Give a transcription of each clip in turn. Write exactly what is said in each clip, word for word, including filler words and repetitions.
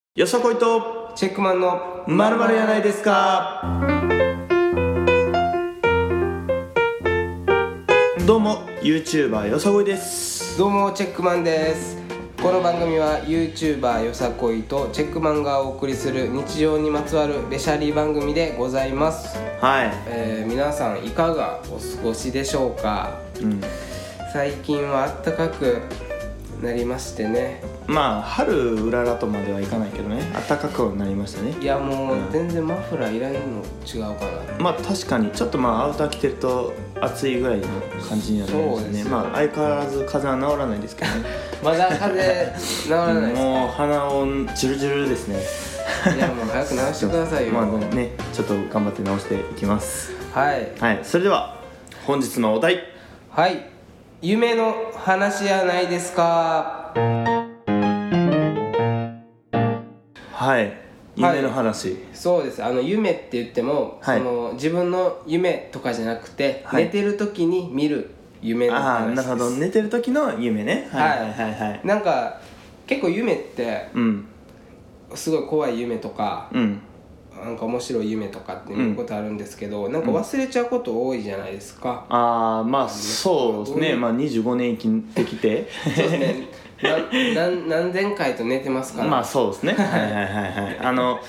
よさこいとチェックマンのまるまるやないですか。どうも YouTuber よさこいです。 どうもチェックマンです。この番組は YouTuber よさこいとチェックマンがお送りする日常にまつわるレシャリー番組でございます。 はい、 えー、皆さんいかがお過ごしでしょうか。うん、最近は暖かくなりましてね。 まあ春うららとまではいかないけどね、暖かくなりましたね。 いやもう全然マフラーいらんの違うかな。 まあ確かにちょっとまあアウター着てると暑いぐらいの感じにはなりますね。まあ相変わらず風邪は治らないですけどねまだ風邪治らないですか。 もう鼻をジュルジュルですねいやもう早く治してくださいよ。 まあね、ちょっと頑張って直していきます。 はい、 はい、それでは本日のお題、 はい、夢の話やないですか。 はい、夢の話、はい、 そうです。あの夢って言っても、はい、その自分の夢とかじゃなくて、はい、寝てる時に見る夢の話です。 ああ、なるほど、寝てる時の夢ね。はいはいはいはい。 なんか結構夢って、うん、すごい怖い夢とか、うん、なんか面白い夢とかって見ることあるんですけど、うん、なんか忘れちゃうこと多いじゃないですか。 うん、ああ、まあそうですね。まあにじゅうごねん生きてきてそうですね。な何何千回と寝てますから。 まあそうですねはいはいはいはいあの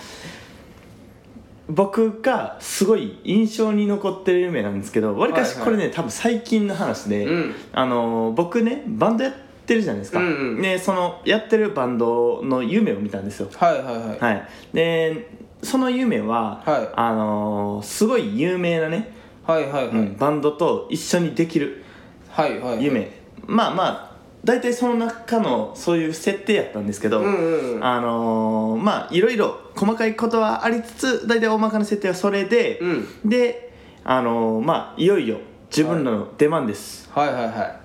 僕がすごい印象に残ってる夢なんですけど、わりかしこれね、はいはい、多分最近の話で、うん、あの僕ねバンドやってるじゃないですか、うんうん、でそのやってるバンドの夢を見たんですよ。 はいはいはい、 はい、でその夢は、はい、あのすごい有名なね、 はいはいはい、うん、 バンドと一緒にできる夢、はいはいはい、まあまあ大体その中のそういう設定やったんですけど、うんうんうん、あのー、まあいろいろ細かいことはありつつ、大体大まかな設定はそれで、うん、で、あのー、まあいよいよ自分らの出番です、 はい、はいはいはい。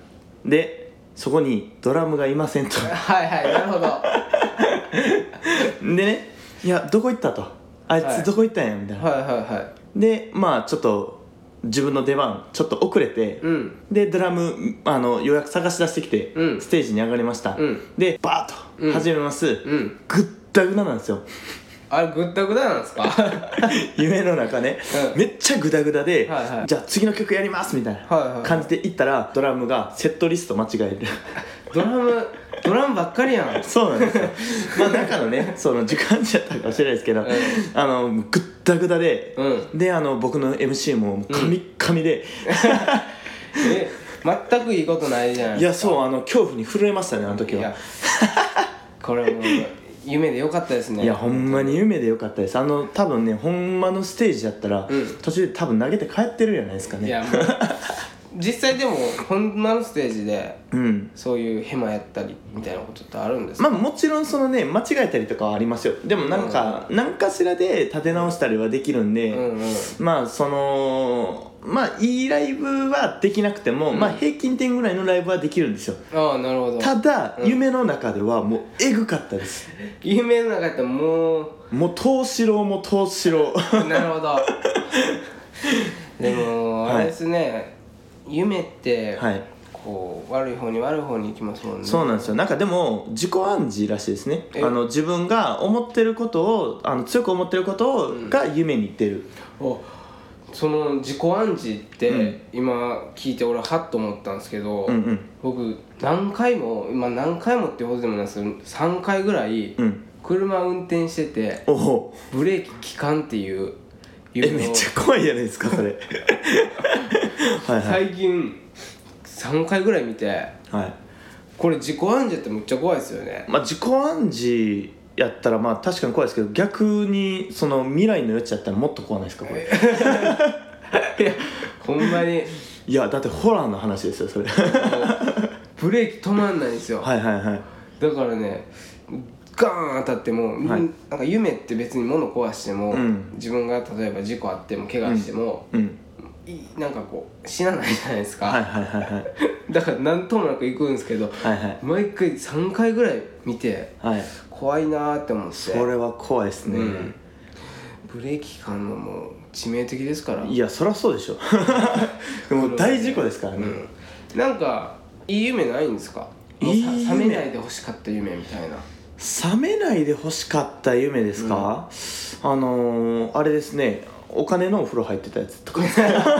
でそこにドラムがいませんとはいはい、なるほどでね、いやどこ行ったと、あいつどこ行ったんやみたいな、 はいはいはいはい、 でまあちょっと自分の出番ちょっと遅れて、うん、でドラムあのようやく探し出してきて、うん、ステージに上がりました、うん、でバーッと始めます、うん、グッダグダなんですよ。 あれグッダグダなんですか夢の中ね、うん、めっちゃグダグダで、はいはい、じゃあ次の曲やりますみたいな感じでいったら、ドラムがセットリスト間違えるドラムドラムばっかりやん。 そうなんですよまあ中のねその時間じゃったかもしれないですけど、うん、あのグッダグダで、うん、であの僕の エムシー もカミッカミで、うん、 え全くいいことないじゃないですか。 いやそう、あの恐怖に震えましたねあの時は。いやこれもう夢でよかったですね。 いやほんまに夢でよかったです。あの多分ねほんまのステージだったら、うん、途中で多分投げて帰ってるじゃないですかね。 いやもう実際でもほんまのステージで、うん、そういうヘマやったりみたいなことってあるんですか。 まあもちろんそのね間違えたりとかはありますよ。でもなんか、うん、何かしらで立て直したりはできるんで、うんうん、まあそのまあいいライブはできなくても、うん、まあ平均点ぐらいのライブはできるんですよ。 ああなるほど。 ただ、うん、夢の中ではもうエグかったです。 夢の中ってもうもう東四郎も東四郎なるほどでもあれですね、はい、夢って、はい、こう悪い方に悪い方に行きますもんね。 そうなんですよ。なんかでも自己暗示らしいですね。あの自分が思ってることをあの強く思ってることが夢に出る、うん、 おその自己暗示って、うん、今聞いて俺はっと思ったんですけど、うんうん、僕何回も今何回もってほどでもないですけどさんかいぐらい、うん、車運転しててブレーキ効かんっていう夢を。えめっちゃ怖いじゃないですかそれはい、はい、 最近さんかいぐらい見て、はい、これ自己暗示ってめっちゃ怖いですよね。 まあ自己暗示やったらまあ確かに怖いですけど、逆にその未来の余地やったらもっと怖ないですかこれいやほんまにいやだってホラーの話ですよそれブレーキ止まんないんですよ。 はいはいはい。だからねガーン当たっても、はい、なんか夢って別に物壊しても、うん、自分が例えば事故あっても怪我しても、うんうんなんかこう死なないじゃないですか。はいはいはいはいだからなんともなく行くんですけど、はいはい、毎回さんかいぐらい見て、はい、怖いなーって思って。 それは怖いですね、うん、 ブレーキ感のもう致命的ですから。 いやそりゃそうでしょでも大事故ですからね、 うん、なんかいい夢ないんですか。いい夢覚めないで欲しかった夢みたいな。 覚めないで欲しかった夢ですか、うん、あのー、あれですね、お金のお風呂入ってたやつとか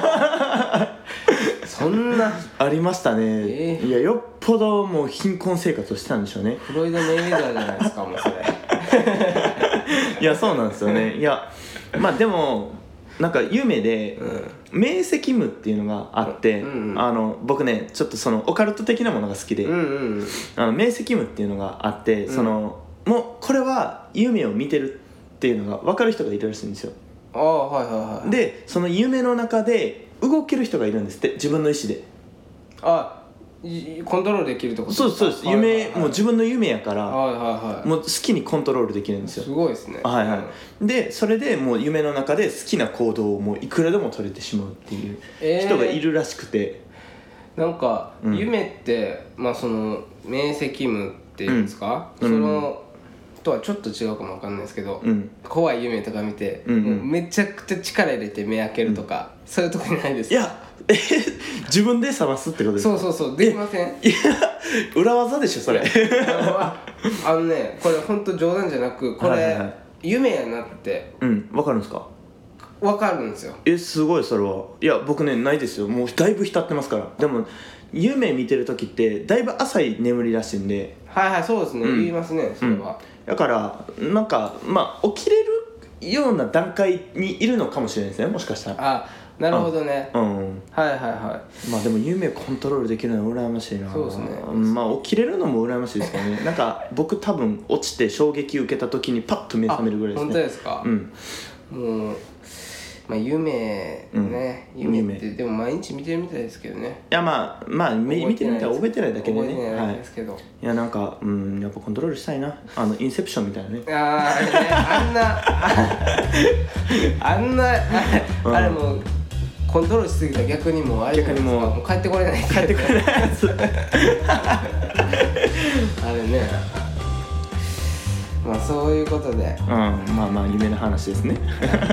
そんなありましたね、えー、いやよっぽどもう貧困生活をしてたんでしょうね。 フロイド・メイウェザーじゃないですかもうそれいやそうなんですよね。いやまあでもなんか夢で、うん、明晰夢っていうのがあって、うんうん、あの僕ねちょっとそのオカルト的なものが好きで、うんうんうん、あの明晰夢っていうのがあって、うん、そのもうこれは夢を見てるっていうのが分かる人がいるらしいんですよ。 ああはいはいはい。 でその夢の中で動ける人がいるんですって自分の意思で。 あコントロールできるってことですか。 そうですそうです、夢、はいはいはい、もう自分の夢やから、 はいはいはい、 もう好きにコントロールできるんですよ。 すごいですね。 はいはい、うん、でそれでもう夢の中で好きな行動をもういくらでも取れてしまうっていう人がいるらしくて、 えー、なんか夢って、うん、まあその明晰夢っていうんですか、うん、その、うん、とはちょっと違うかもわかんないですけど、うん、怖い夢とか見て、うんうん、もうめちゃくちゃ力入れて目開けるとか、うん、そういうとこにないですか。 いやえ自分で覚ますってことですか。 そうそうそう、できません。 いや裏技でしょそれ。 あの、あのねこれ本当冗談じゃなくこれ、はいはいはい、夢やなってうん分かるんですか。 分かるんですよ。 えすごいそれは。いや僕ねないですよ。もうだいぶ浸ってますから。でも夢見てる時ってだいぶ浅い眠りらしいんで。 はいはいそうですね、うん、言いますねそれは、 うん、だからなんかまあ起きれるような段階にいるのかもしれないですねもしかしたら。 あなるほどね、 うん、うん、 はいはいはい。 まあでも夢をコントロールできるのは羨ましいな。 そうですね、 まあ起きれるのも羨ましいですけどね。なんか僕多分落ちて衝撃受けた時にパッと目覚めるぐらいですね。 本当ですか。うんもうまあ夢ね、うん、夢ってでも毎日見てるみたいですけどね。 いやまあまあ見てるみたいな覚えてないだけでね。 覚えてないですけど、 はい、いやなんかうんやっぱコントロールしたいな。あのインセプションみたいなね。 あああれねあんなあんな あ, あ, あれもうコントロールしすぎたら逆にもうあれ逆にもうもう帰ってこれない帰ってこれないやつあれね。まあそういうことで、うん、 まあまあ夢の話ですね。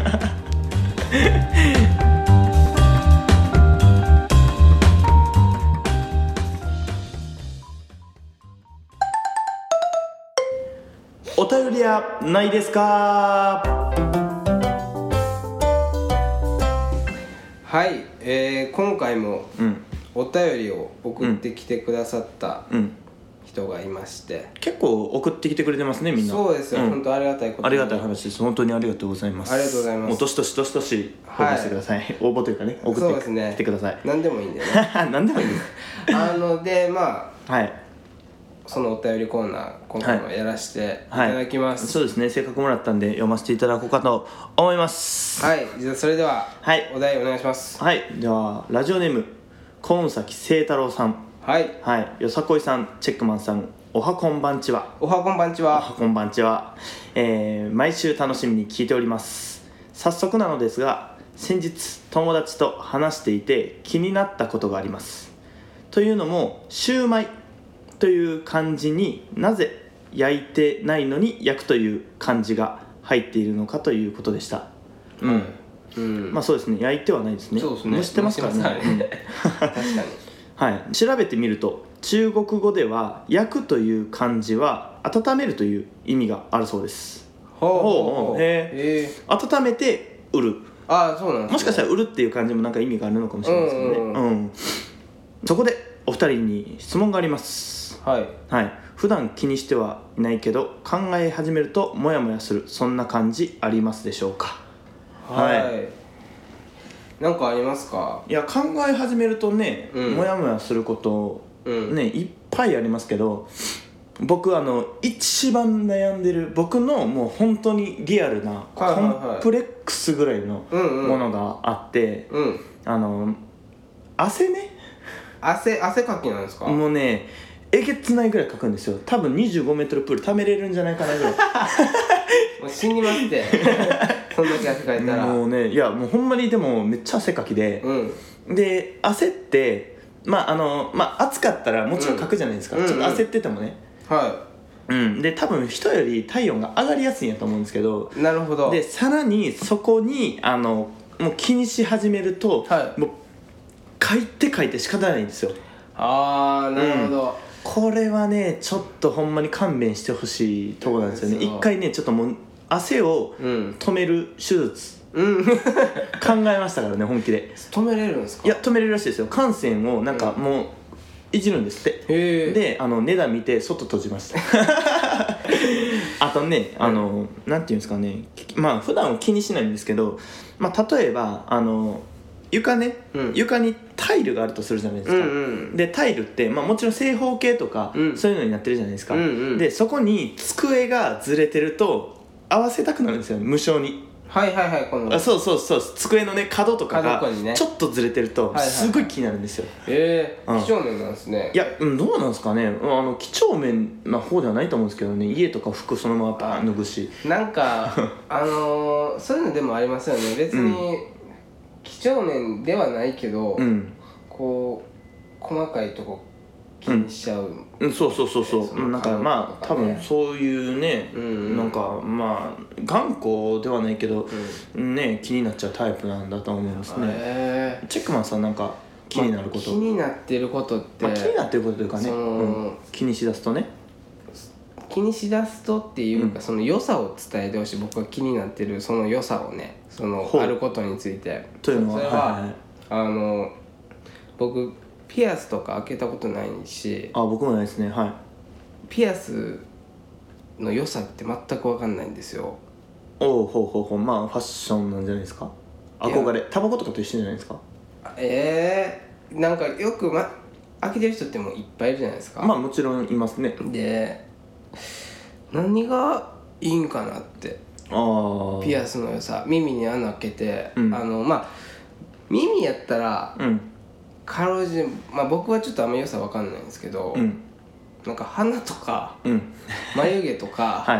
お便りやないですか。 はい、えー、今回もお便りを送ってきてくださった人がいまして、 うん、結構送ってきてくれてますねみんな。 そうですよ、うん、本当ありがたいこと。 ありがたい話です。本当にありがとうございます。 ありがとうございます。 もうどしどしどしどし応募してください、はい、応募というかね送ってきて、ね、ください。 何でもいいんだよね。 何でもいいですあのでまあはいそのお便りコーナー今回もやらせていただきます、はいはい、 そうですねせっかくもらったんで読ませていただこうかと思います。 はいじゃあそれでは、はい、お題お願いします。 はいではラジオネーム今崎清太郎さん。 はい、 はい、よさこいさんチェックマンさんおはこんばんちは。 おはこんばんちは。 おはこんばんちは、えー、毎週楽しみに聞いております。早速なのですが先日友達と話していて気になったことがあります。というのもシューマイという漢字になぜ焼いてないのに焼くという漢字が入っているのかということでした。うん、うん、まあそうですね焼いてはないですね。 そうですね蒸してますからね。うん、 確かにはい、調べてみると中国語では焼くという漢字は温めるという意味があるそうです。 ほうほうほう。 へー。温めて売る。 ああそうなんですね。 もしかしたら売るっていう漢字もなんか意味があるのかもしれないですけどね。うん、うんうん、そこでお二人に質問があります。 はい、 はい、普段気にしてはいないけど考え始めるとモヤモヤするそんな感じありますでしょうか。 はい、はい、なんかありますか。 いや考え始めるとね、うん、モヤモヤすること、うん、ねいっぱいありますけど僕あの一番悩んでる僕のもう本当にリアルなコンプレックスぐらいのものがあって、うんうん、あの汗ね汗汗かきなんですか。 もうねえげつないぐらいかくんですよ。多分にじゅうごメートルプール溜めれるんじゃないかなぐらいもう死にますってそんだけ汗かいたら。 もうねいやもうほんまにでもめっちゃ汗かきで、うん、で汗ってまああのまあ暑かったらもちろんかくじゃないですか、うん、ちょっと焦っててもね、 うんうん、はいうん、で多分人より体温が上がりやすいんやと思うんですけど。 なるほど。 でさらにそこにあのもう気にし始めると、はい、もうかいてかいて仕方ないんですよ。 ああなるほど、 これはねちょっとほんまに勘弁してほしいところなんですよね。一回ねちょっともう汗を止める手術、うん、考えましたからね本気で。 止めれるんですか？ いや止めれるらしいですよ。汗腺をなんかもういじるんですって。へであの値段見て外閉じましたあとねあの、うん、なんていうんですかね、まあ普段は気にしないんですけど、まあ、例えばあの床ね、うん、床にタイルがあるとするじゃないですか、うんうん、でタイルって、まあ、もちろん正方形とか、うん、そういうのになってるじゃないですか、うんうん、でそこに机がずれてると合わせたくなるんですよ無性に。 はいはいはい、このあそうそうそう、机のね角とかがちょっとずれてるとすごい気になるんですよ。 ええー、几帳面なんですね。 いや、うん、どうなんですかね、あの几帳面な方ではないと思うんですけどね。家とか服そのままバーン脱ぐし、 なんかあのー、そういうのでもありますよね別に、うん、几帳面ではないけど、うん、こう細かいとこ気にしちゃう、 うん、そうそうそうそう、なんかまあ多分そういうね、うんうん、なんかまあ頑固ではないけど、うん、ね気になっちゃうタイプなんだと思うんですね。チェックマンさんなんか気になること、 まあ、気になってることって、 まあ、気になってることというかね、うん、気にしだすとね気にしだすとっていうか、うん、その良さを伝えてほしい。僕が気になってるその良さをね、そのあることについてというのは、それは、はいはい、 あの僕ピアスとか開けたことないし、 あ僕もないですね、はい。 ピアスの良さって全く分かんないんですよ。 おお、ほうほうほう、まあファッションなんじゃないですか。憧れ、タバコとかと一緒じゃないですか。 ええー、なんかよく、ま、開けてる人ってもういっぱいいるじゃないですか。 まあもちろんいますね。 で何がいいんかなって。あピアスの良さ、耳に穴開けて、うん、あのまあ耳やったら、うん、かろうじて、まあ、僕はちょっとあんま良さ分かんないんですけど、うん、なんか鼻とか、うん、眉毛とか、はい、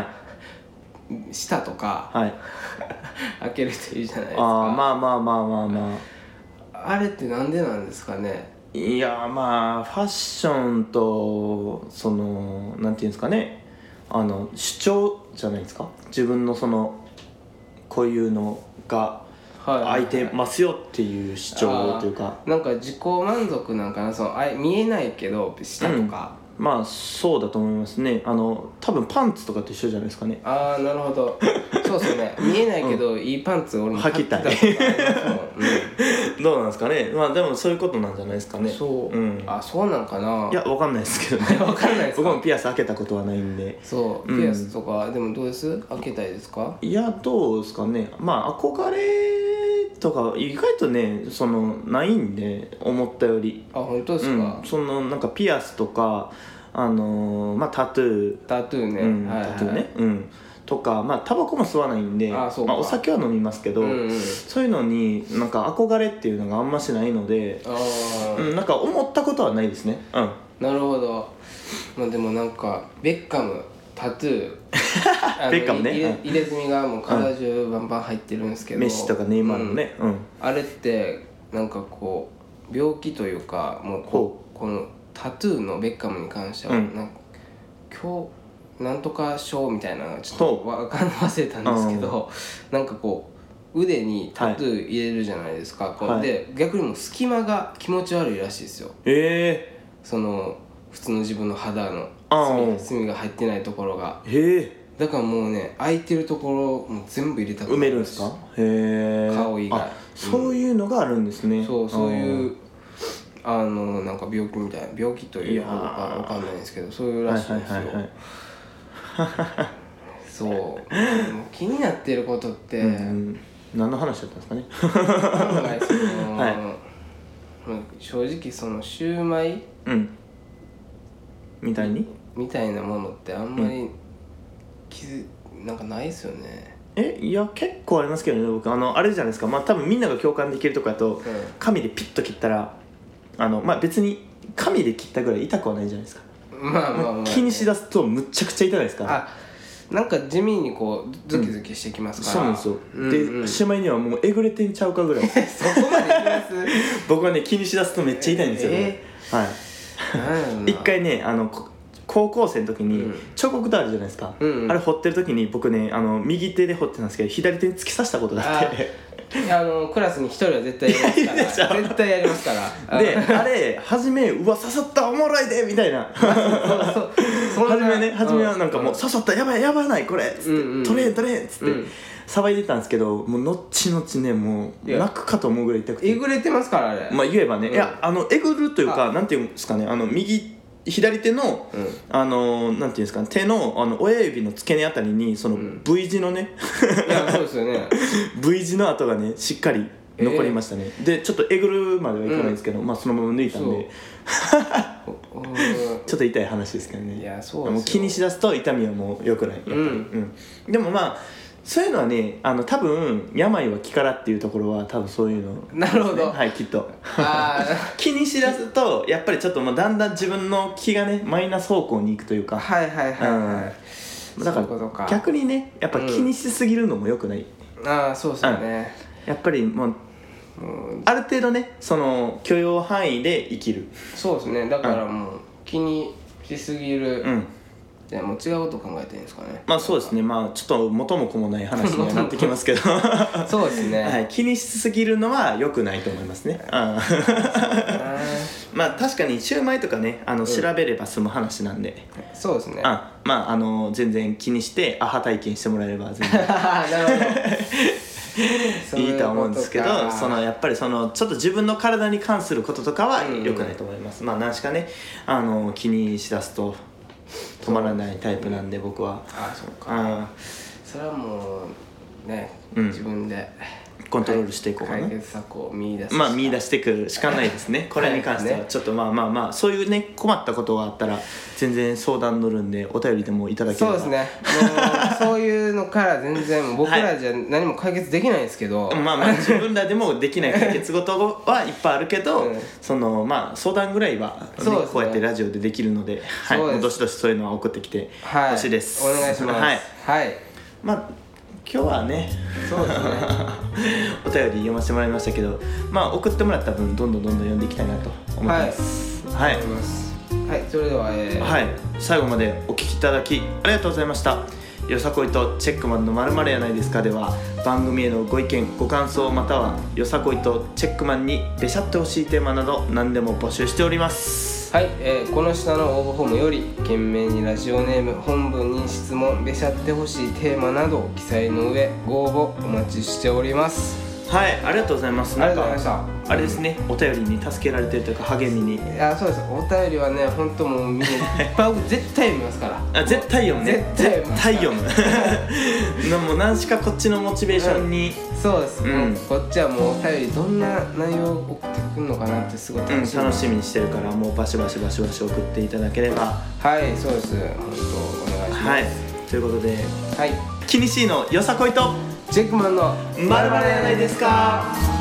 舌とか、はい、開ける人いるじゃないですか。 あまあまあまあまあまああれってなんでなんですかね。 いやまあファッションとそのなんていうんですかね、あの主張じゃないですか。自分のそのこういうのが空いてますよっていう主張というか、 なんか自己満足なんかな、そのあ見えないけど舌とか、 うん、まあそうだと思いますね。あの多分パンツとかと一緒じゃないですかね。 ああなるほどそうですね、見えないけど、うん、いいパンツ俺も履きたいうん、どうなんですかね。まあでもそういうことなんじゃないですかね。 そう、うん、あそうなんかな。 いやわかんないですけどねわかんないですか。 僕もピアス開けたことはないんで。 そう、うん、ピアスとかでもどうです、開けたいですか。 いやどうですかね。まあ憧れとか意外とねそのないんで、思ったより。 あ本当ですか、 うん、そのなんかピアスとかあのー、まあタトゥータトゥーね、 うん、タトゥーね、うん、とかまあタバコも吸わないんで、あそうか、まあ、お酒は飲みますけど、うんうん、そういうのになんか憧れっていうのがあんましないので、あ、うん、なんか思ったことはないですね。うん、 なるほど。まあでもなんかベッカムタトゥーベッカムね、 入れ、入れ墨がもう体中バンバン入ってるんですけど、 メッシとかネイマールのね、うんうん、 あれってなんかこう病気というか、もうこうこのタトゥーのベッカムに関しては、うん、なんか今日なんとか症みたいなのちょっとわかん忘れたんですけど、なんかこう腕にタトゥー入れるじゃないですか、はい、こうで逆にもう隙間が気持ち悪いらしいですよ。 えー、 その普通の自分の肌の墨が入ってないところが。 へえ。 だからもうね、空いてるところも全部入れたくなる。 埋めるんですか。へえ。 顔以外。 そういうのがあるんですね。 うん、そうそういうあのなんか病気みたいな、病気というほどかわかんないんですけど、そういうらしいんですよ。はいはいはいはい、そう気になってることって、うん、 何の話だったんですかね。 案外その、はい、正直そのシューマイ、うんみたいにみたいなものってあんまり気づ、うん、なんかないですよね。 えいや結構ありますけどね。僕あのあれじゃないですか、まあ多分みんなが共感できるとこだと、うん、紙でピッと切ったらあのまあ別に紙で切ったぐらい痛くはないじゃないですか。 まあまあまあ、まあ、 気にしだすとむっちゃくちゃ痛いですから。 あなんか地味にこうズキズキしてきますから、 うん、そうなんですよ、うんうん、でしまいにはもうえぐれてんちゃうかぐらいそこまでいきます僕はね気にしだすとめっちゃ痛いんですよ、ね、えー、はい一回ねあの高校生の時に彫刻刀あるじゃないですか、うんうん、あれ彫ってる時に僕ねあの右手で彫ってたんですけど左手に突き刺したことがあってあのクラスに一人は絶対やりますから絶対やりますからであれ初めうわ刺さったおもろいでみたいなそうそう初めね初めはなんかもう刺さったやばいやばないこれっつって、うんうん、取れん取れんっつって、うん、騒いでたんですけどもう後々ねもう泣くかと思うぐらい痛くてえぐれてますからあれまあ言えばね、うん、いやあのえぐるというかなんていうんですかねあの右左手の、うん、あのなんていうんですか、ね、手の、あの親指の付け根あたりにその V 字のね、 うん、いやそうですよね V 字の跡がねしっかり残りましたね、えー、でちょっとえぐるまではいかないんですけど、うん、まあそのまま抜いたんでちょっと痛い話ですけどね。 いやそうですよもう気にしだすと痛みはもう良くないやっぱり、うんうん、でもまあそういうのはねあの多分病は気からっていうところは多分そういうの、ね、 なるほどはいきっと気にしだすとやっぱりちょっともうだんだん自分の気がねマイナス方向に行くというかはいはいはいはい、 うん、だから逆にねやっぱ気にしすぎるのも良くない、 うん、ああそうですよね、 うん、やっぱりもううん、ある程度ねその許容範囲で生きるそうですねだからもう気にしすぎる、うん、じゃあもう違うこと考えてるんですかねまあそうですねまあちょっと元も子もない話にはなってきますけどそうですね、 はい、気にしすぎるのは良くないと思いますねあまあ確かにシューマイとかねあの、うん、調べれば済む話なんでそうですねあまああの全然気にしてアハ体験してもらえれば全然なるほどいいと思うんですけどそのやっぱりそのちょっと自分の体に関することとかは良くないと思います、うん、まあ何しかねあの気にしだすと止まらないタイプなんで僕はああそうかあそれはもうね、うん、自分でコントロールしていこうかな解決策を見出すまあ見出していくしかないですねこれに関してはちょっとまあまあまあそういうね困ったことがあったら全然相談乗るんでお便りでもいただければそうですねもうそういうのから全然僕らじゃ何も解決できないんですけど、 はい、まあまあ自分らでもできない解決事はいっぱいあるけど、うん、そのまあ相談ぐらいは、ねね、こうやってラジオでできるので、はい、どしどしそういうのは送ってきてほしいです、 はい、お願いしますはい、 はい、 まあ今日はねそうですねお便り読ませてもらいましたけどまあ送ってもらった分どんどんどんどん読んでいきたいなと思いますはい、はいはい、それでは、えー、 はい最後までお聞きいただきありがとうございましたよさこいとチェックマンの〇〇やないですかでは番組へのご意見ご感想またはよさこいとチェックマンにべしゃってほしいテーマなど何でも募集しておりますはい、えー、この下の応募フォームより懸命にラジオネーム本文に質問べしゃってほしいテーマなどを記載の上ご応募お待ちしておりますはいありがとうございますありがとうございましたあれですねお便りに助けられてるというか励みにいやそうですお便りはね本当もうみんないっぱい絶対読みますからあ絶対読むね絶対読むもう何しかこっちのモチベーションに、 うん、そうです、うん、こっちはもうお便りどんな内容を送ってくるのかなってすごい楽しみ、 うん、楽しみにしてるからもうバシバシバシバシ送っていただければはいそうです本当お願いします、 はい、ということで、 はい、 気にしいのよさこいとチェックマンの 〇〇やないですか。